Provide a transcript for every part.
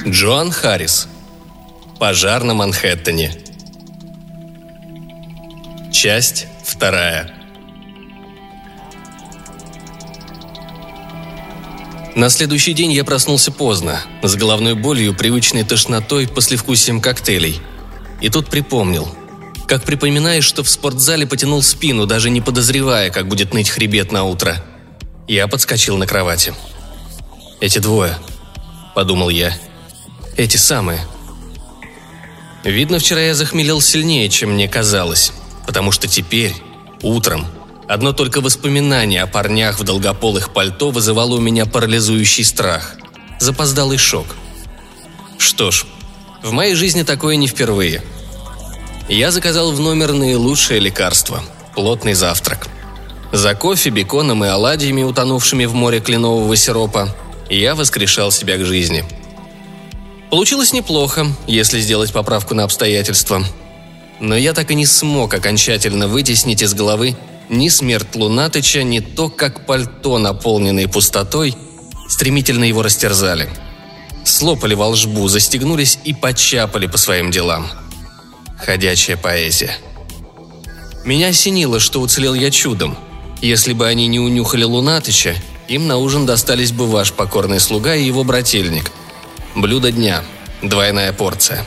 Джоан Харрис. Пожар на Манхэттене. Часть 2. На следующий день я проснулся поздно, с головной болью, привычной тошнотой, послевкусием коктейлей. И тут припомнил. Как припоминаешь, что в спортзале потянул спину, даже не подозревая, как будет ныть хребет на утро. Я подскочил на кровати. «Эти двое», — подумал я. «Эти самые». Видно, вчера я захмелел сильнее, чем мне казалось, потому что теперь, утром, одно только воспоминание о парнях в долгополых пальто вызывало у меня парализующий страх, запоздалый шок. Что ж, в моей жизни такое не впервые. Я заказал в номер наилучшее лекарство – плотный завтрак. За кофе, беконом и оладьями, утонувшими в море кленового сиропа, я воскрешал себя к жизни. Получилось неплохо, если сделать поправку на обстоятельства. Но я так и не смог окончательно вытеснить из головы ни смерть Лунатыча, ни то, как пальто, наполненное пустотой, стремительно его растерзали. Слопали волшбу, застегнулись и почапали по своим делам. Ходячая поэзия. Меня осенило, что уцелел я чудом. Если бы они не унюхали Лунатыча, им на ужин достались бы ваш покорный слуга и его брательник. Блюдо дня. Двойная порция.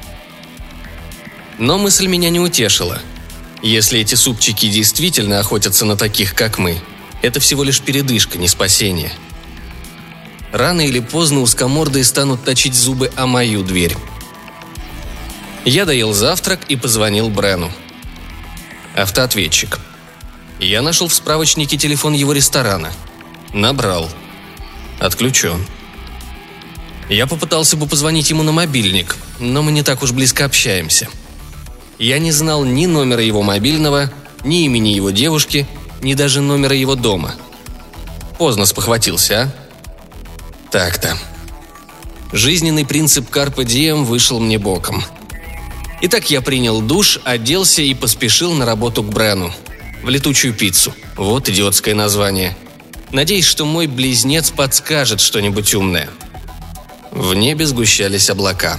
Но мысль меня не утешила. Если эти супчики действительно охотятся на таких, как мы, это всего лишь передышка, не спасение. Рано или поздно узкомордые станут точить зубы о мою дверь. Я доел завтрак и позвонил Брену. Автоответчик. Я нашел в справочнике телефон его ресторана. Набрал. Отключен. Я попытался бы позвонить ему на мобильник, но мы не так уж близко общаемся. Я не знал ни номера его мобильного, ни имени его девушки, ни даже номера его дома. Поздно спохватился, а? Так-то. Жизненный принцип Carpe Diem вышел мне боком. Итак, я принял душ, оделся и поспешил на работу к Брену. В летучую пиццу. Вот идиотское название. Надеюсь, что мой близнец подскажет что-нибудь умное. В небе сгущались облака.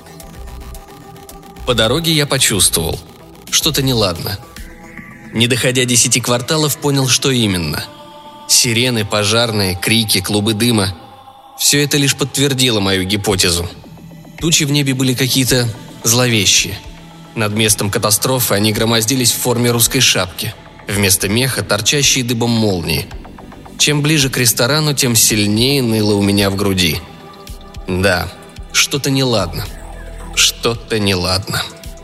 По дороге я почувствовал. Что-то неладно. Не доходя 10 кварталов, понял, что именно. Сирены, пожарные, крики, клубы дыма. Все это лишь подтвердило мою гипотезу. Тучи в небе были какие-то зловещие. Над местом катастрофы они громоздились в форме русской шапки. Вместо меха торчащие дыбом молнии. Чем ближе к ресторану, тем сильнее ныло у меня в груди. Да, что-то неладно. Что-то неладно.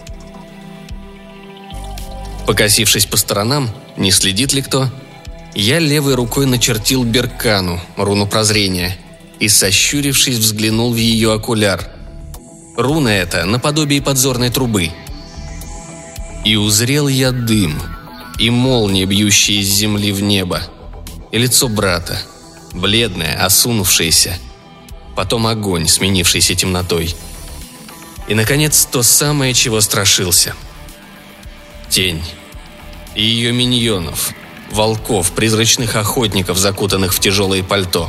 Покосившись по сторонам, не следит ли кто, я левой рукой начертил Беркану, руну прозрения, и, сощурившись, взглянул в ее окуляр. Руна эта наподобие подзорной трубы. И узрел я дым, и молнии, бьющие из земли в небо, и лицо брата, бледное, осунувшееся, потом огонь, сменившийся темнотой. И, наконец, то самое, чего страшился. Тень. И ее миньонов, волков, призрачных охотников, закутанных в тяжелые пальто.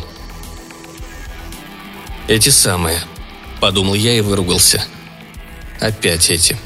«Эти самые», — подумал я и выругался. «Опять эти».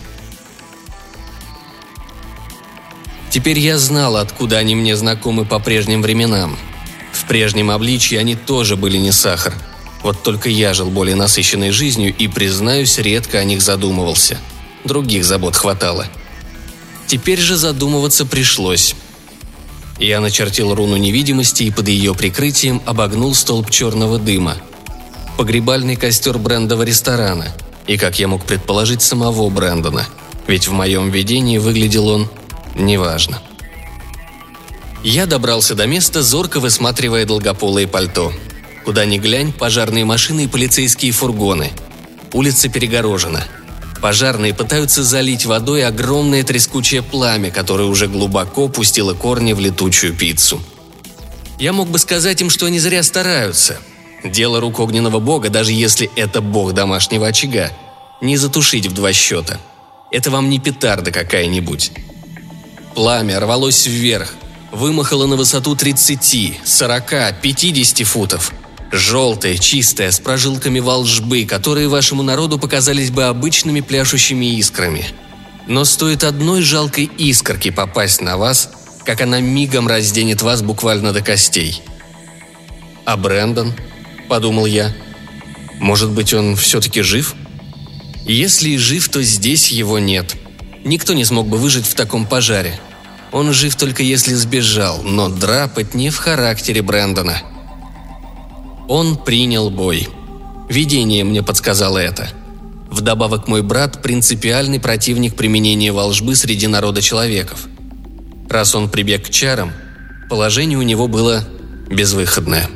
Теперь я знал, откуда они мне знакомы по прежним временам. В прежнем обличье они тоже были не сахар. Вот только я жил более насыщенной жизнью и, признаюсь, редко о них задумывался. Других забот хватало. Теперь же задумываться пришлось. Я начертил руну невидимости и под ее прикрытием обогнул столб черного дыма. Погребальный костер Брэндова ресторана. И, как я мог предположить, самого Брэндона. Ведь в моем видении выглядел он неважно. Я добрался до места, зорко высматривая долгополые пальто. Куда ни глянь, пожарные машины и полицейские фургоны. Улица перегорожена. Пожарные пытаются залить водой огромное трескучее пламя, которое уже глубоко пустило корни в летучую пиццу. Я мог бы сказать им, что они зря стараются. Дело рук огненного бога, даже если это бог домашнего очага. Не затушить в 2 счета. Это вам не петарда какая-нибудь. Пламя рвалось вверх, вымахало на высоту 30, 40, 50 футов. Желтая, чистая, с прожилками волжбы, которые вашему народу показались бы обычными пляшущими искрами. Но стоит одной жалкой искорки попасть на вас, как она мигом разденет вас буквально до костей. «А Брэндон?» – подумал я. «Может быть, он все-таки жив?» Если и жив, то здесь его нет. Никто не смог бы выжить в таком пожаре. Он жив только если сбежал, но драпать не в характере Брэндона. Он принял бой. Видение мне подсказало это. Вдобавок мой брат – принципиальный противник применения волжбы среди народа человеков. Раз он прибег к чарам, положение у него было безвыходное.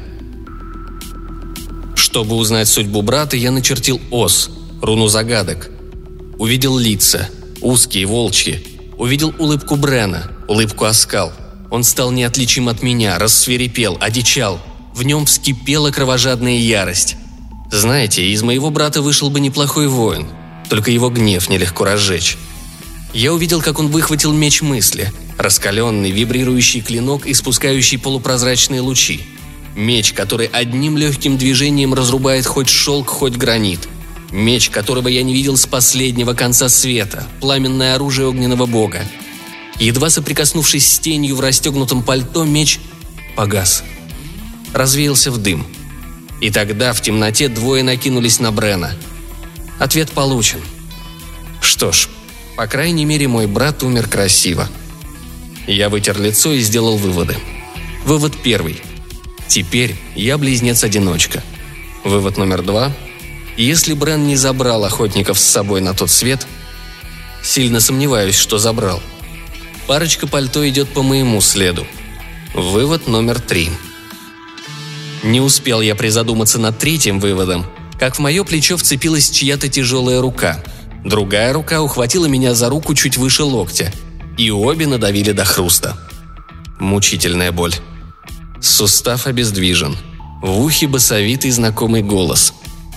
Чтобы узнать судьбу брата, я начертил ос, руну загадок. Увидел лица, узкие, волчьи. Увидел улыбку Брена, улыбку оскал. Он стал неотличим от меня, рассвирепел, одичал. В нем вскипела кровожадная ярость. Знаете, из моего брата вышел бы неплохой воин, только его гнев нелегко разжечь. Я увидел, как он выхватил меч мысли, раскаленный, вибрирующий клинок, испускающий полупрозрачные лучи. Меч, который одним легким движением разрубает хоть шелк, хоть гранит. Меч, которого я не видел с последнего конца света, пламенное оружие огненного бога. Едва соприкоснувшись с тенью в расстегнутом пальто, меч погас. Развеялся в дым. И тогда в темноте двое накинулись на Брена. Ответ получен. Что ж, по крайней мере, мой брат умер красиво. Я вытер лицо и сделал выводы. Вывод первый. Теперь я близнец-одиночка. Вывод номер 2. Если Брен не забрал охотников с собой на тот свет, сильно сомневаюсь, что забрал. Парочка пальто идет по моему следу. Вывод номер 3. Не успел я призадуматься над третьим выводом, как в мое плечо вцепилась чья-то тяжелая рука. Другая рука ухватила меня за руку чуть выше локтя, и обе надавили до хруста. Мучительная боль. Сустав обездвижен. В ухе басовитый знакомый голос.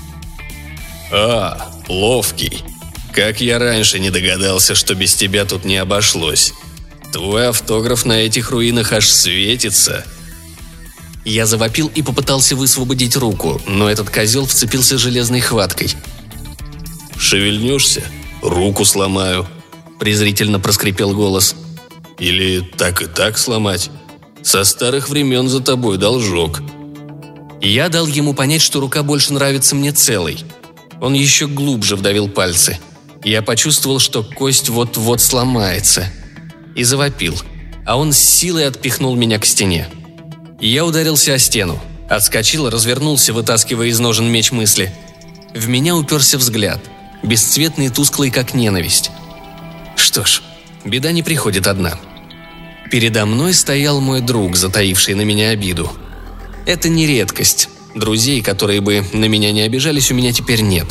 «А, ловкий. Как я раньше не догадался, что без тебя тут не обошлось. Твой автограф на этих руинах аж светится». Я завопил и попытался высвободить руку, но этот козел вцепился железной хваткой. «Шевельнешься? Руку сломаю», – презрительно проскрипел голос. «Или так и так сломать? Со старых времен за тобой должок». Я дал ему понять, что рука больше нравится мне целой. Он еще глубже вдавил пальцы. Я почувствовал, что кость вот-вот сломается. И завопил, а он с силой отпихнул меня к стене. Я ударился о стену, отскочил, развернулся, вытаскивая из ножен меч мысли. В меня уперся взгляд, бесцветный и тусклый, как ненависть. Что ж, беда не приходит одна. Передо мной стоял мой друг, затаивший на меня обиду. Это не редкость. Друзей, которые бы на меня не обижались, у меня теперь нет.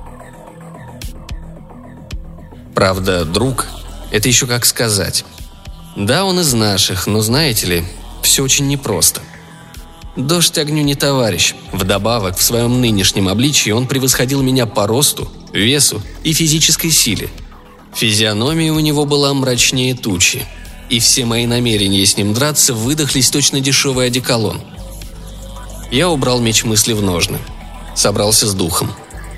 Правда, друг – это еще как сказать. Да, он из наших, но знаете ли, все очень непросто. Дождь огню не товарищ. Вдобавок, в своем нынешнем обличии он превосходил меня по росту, весу и физической силе. Физиономия у него была мрачнее тучи. И все мои намерения с ним драться выдохлись точно дешевый одеколон. Я убрал меч мысли в ножны. Собрался с духом.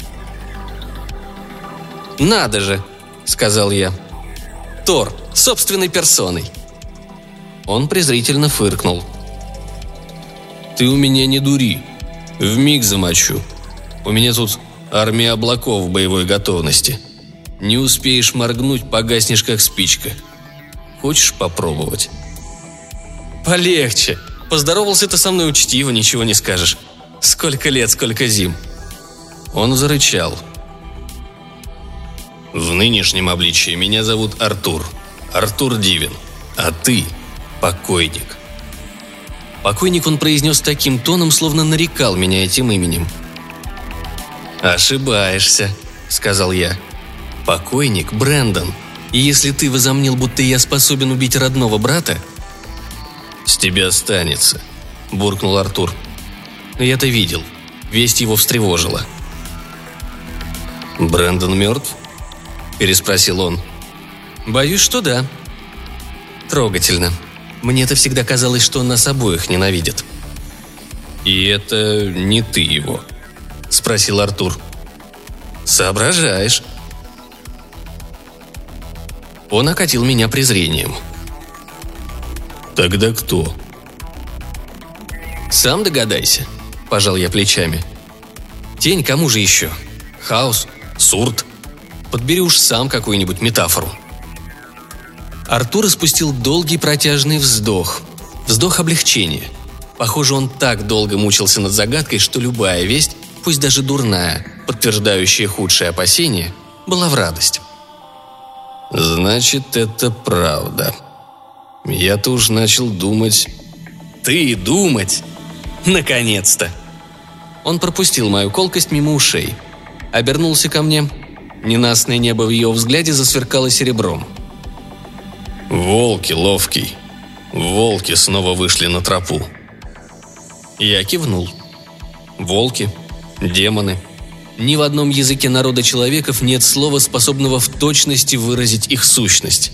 «Надо же!» – сказал я. «Тор, собственной персоной!» Он презрительно фыркнул. «Ты у меня не дури. Вмиг замочу. У меня тут армия облаков в боевой готовности. Не успеешь моргнуть, погаснешь как спичка. Хочешь попробовать?» «Полегче. Поздоровался ты со мной учтиво, ничего не скажешь. Сколько лет, сколько зим». Он зарычал. «В нынешнем обличии меня зовут Артур. Артур Дивен. А ты – покойник». Покойник он произнес таким тоном, словно нарекал меня этим именем. «Ошибаешься», – сказал я. «Покойник – Брэндон. И если ты возомнил, будто я способен убить родного брата...» «С тебя останется», – буркнул Артур. Я-то видел. Весть его встревожила. «Брэндон мертв?» – переспросил он. «Боюсь, что да». «Трогательно. Мне-то всегда казалось, что он нас обоих ненавидит». «И это не ты его?» – спросил Артур. «Соображаешь». Он окатил меня презрением. «Тогда кто?» «Сам догадайся», – пожал я плечами. «Тень кому же еще? Хаос? Сурт? Подбери уж сам какую-нибудь метафору». Артур испустил долгий протяжный вздох. Вздох облегчения. Похоже, он так долго мучился над загадкой, что любая весть, пусть даже дурная, подтверждающая худшие опасения, была в радость. «Значит, это правда. Я-то уж начал думать...» «Ты думать? Наконец-то!» Он пропустил мою колкость мимо ушей. Обернулся ко мне. Ненастное небо в ее взгляде засверкало серебром. «Волки, ловкий. Волки снова вышли на тропу». Я кивнул. Волки, демоны. Ни в одном языке народа человеков нет слова, способного в точности выразить их сущность.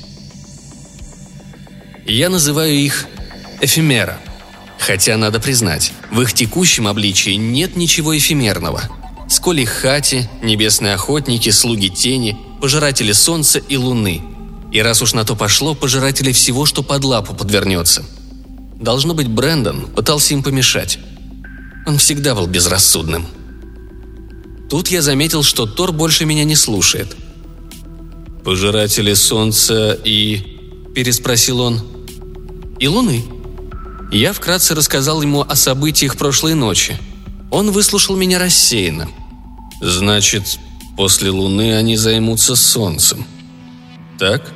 Я называю их эфемера. Хотя, надо признать, в их текущем обличии нет ничего эфемерного. Сколь их хати, небесные охотники, слуги тени, пожиратели солнца и луны. И раз уж на то пошло, пожиратели всего, что под лапу подвернется. Должно быть, Брэндон пытался им помешать. Он всегда был безрассудным. Тут я заметил, что Тор больше меня не слушает. «Пожиратели солнца и...» – переспросил он. «И луны». Я вкратце рассказал ему о событиях прошлой ночи. Он выслушал меня рассеянно. «Значит, после луны они займутся солнцем. Так?»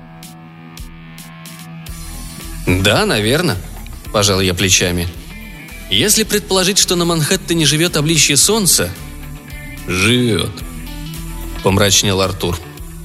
«Да, наверное», – пожал я плечами. «Если предположить, что на Манхэттене живет обличье солнца...» «Живет», – помрачнел Артур.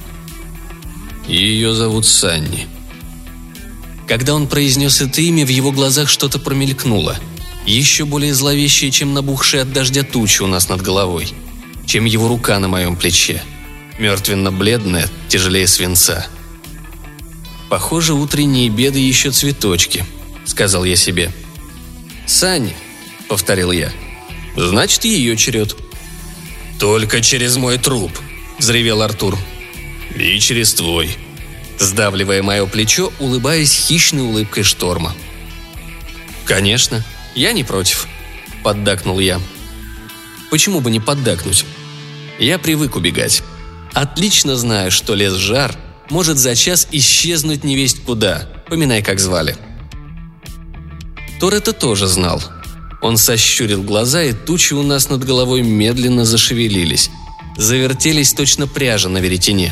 «Ее зовут Санни». Когда он произнес это имя, в его глазах что-то промелькнуло. Еще более зловещее, чем набухшие от дождя тучи у нас над головой. Чем его рука на моем плече. Мертвенно-бледная, тяжелее свинца. «Похоже, утренние беды еще цветочки», — сказал я себе. «Санни», — повторил я. «Значит, ее черед». «Только через мой труп», — взревел Артур. «И через твой», сдавливая мое плечо, улыбаясь хищной улыбкой шторма. «Конечно, я не против», — поддакнул я. «Почему бы не поддакнуть? Я привык убегать. Отлично знаю, что лес-жар может за час исчезнуть невесть куда, поминай, как звали». Тор это тоже знал. Он сощурил глаза, и тучи у нас над головой медленно зашевелились, завертелись точно пряжа на веретене.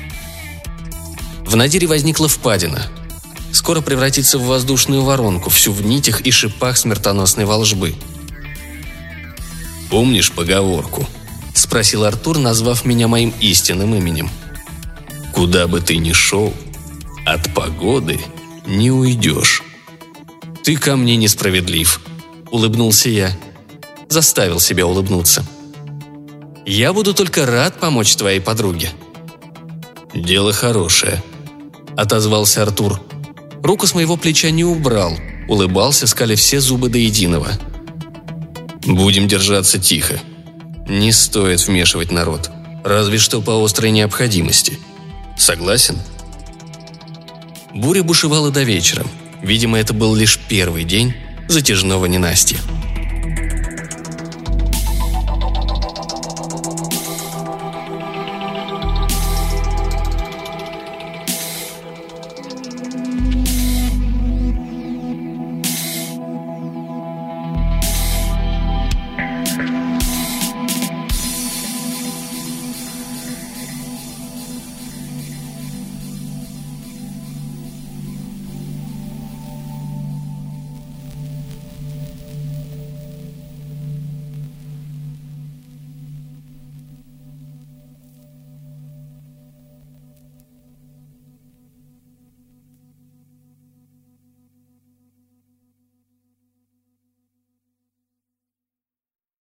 В надире возникла впадина. Скоро превратится в воздушную воронку, всю в нитях и шипах смертоносной волжбы. «Помнишь поговорку?» – спросил Артур, назвав меня моим истинным именем. «Куда бы ты ни шел, от погоды не уйдешь». «Ты ко мне несправедлив», – улыбнулся я. Заставил себя улыбнуться. «Я буду только рад помочь твоей подруге». «Дело хорошее», – отозвался Артур. Руку с моего плеча не убрал, улыбался, скаля все зубы до единого. «Будем держаться тихо. Не стоит вмешивать народ, разве что по острой необходимости. Согласен?» Буря бушевала до вечера. Видимо, это был лишь первый день затяжного ненастья.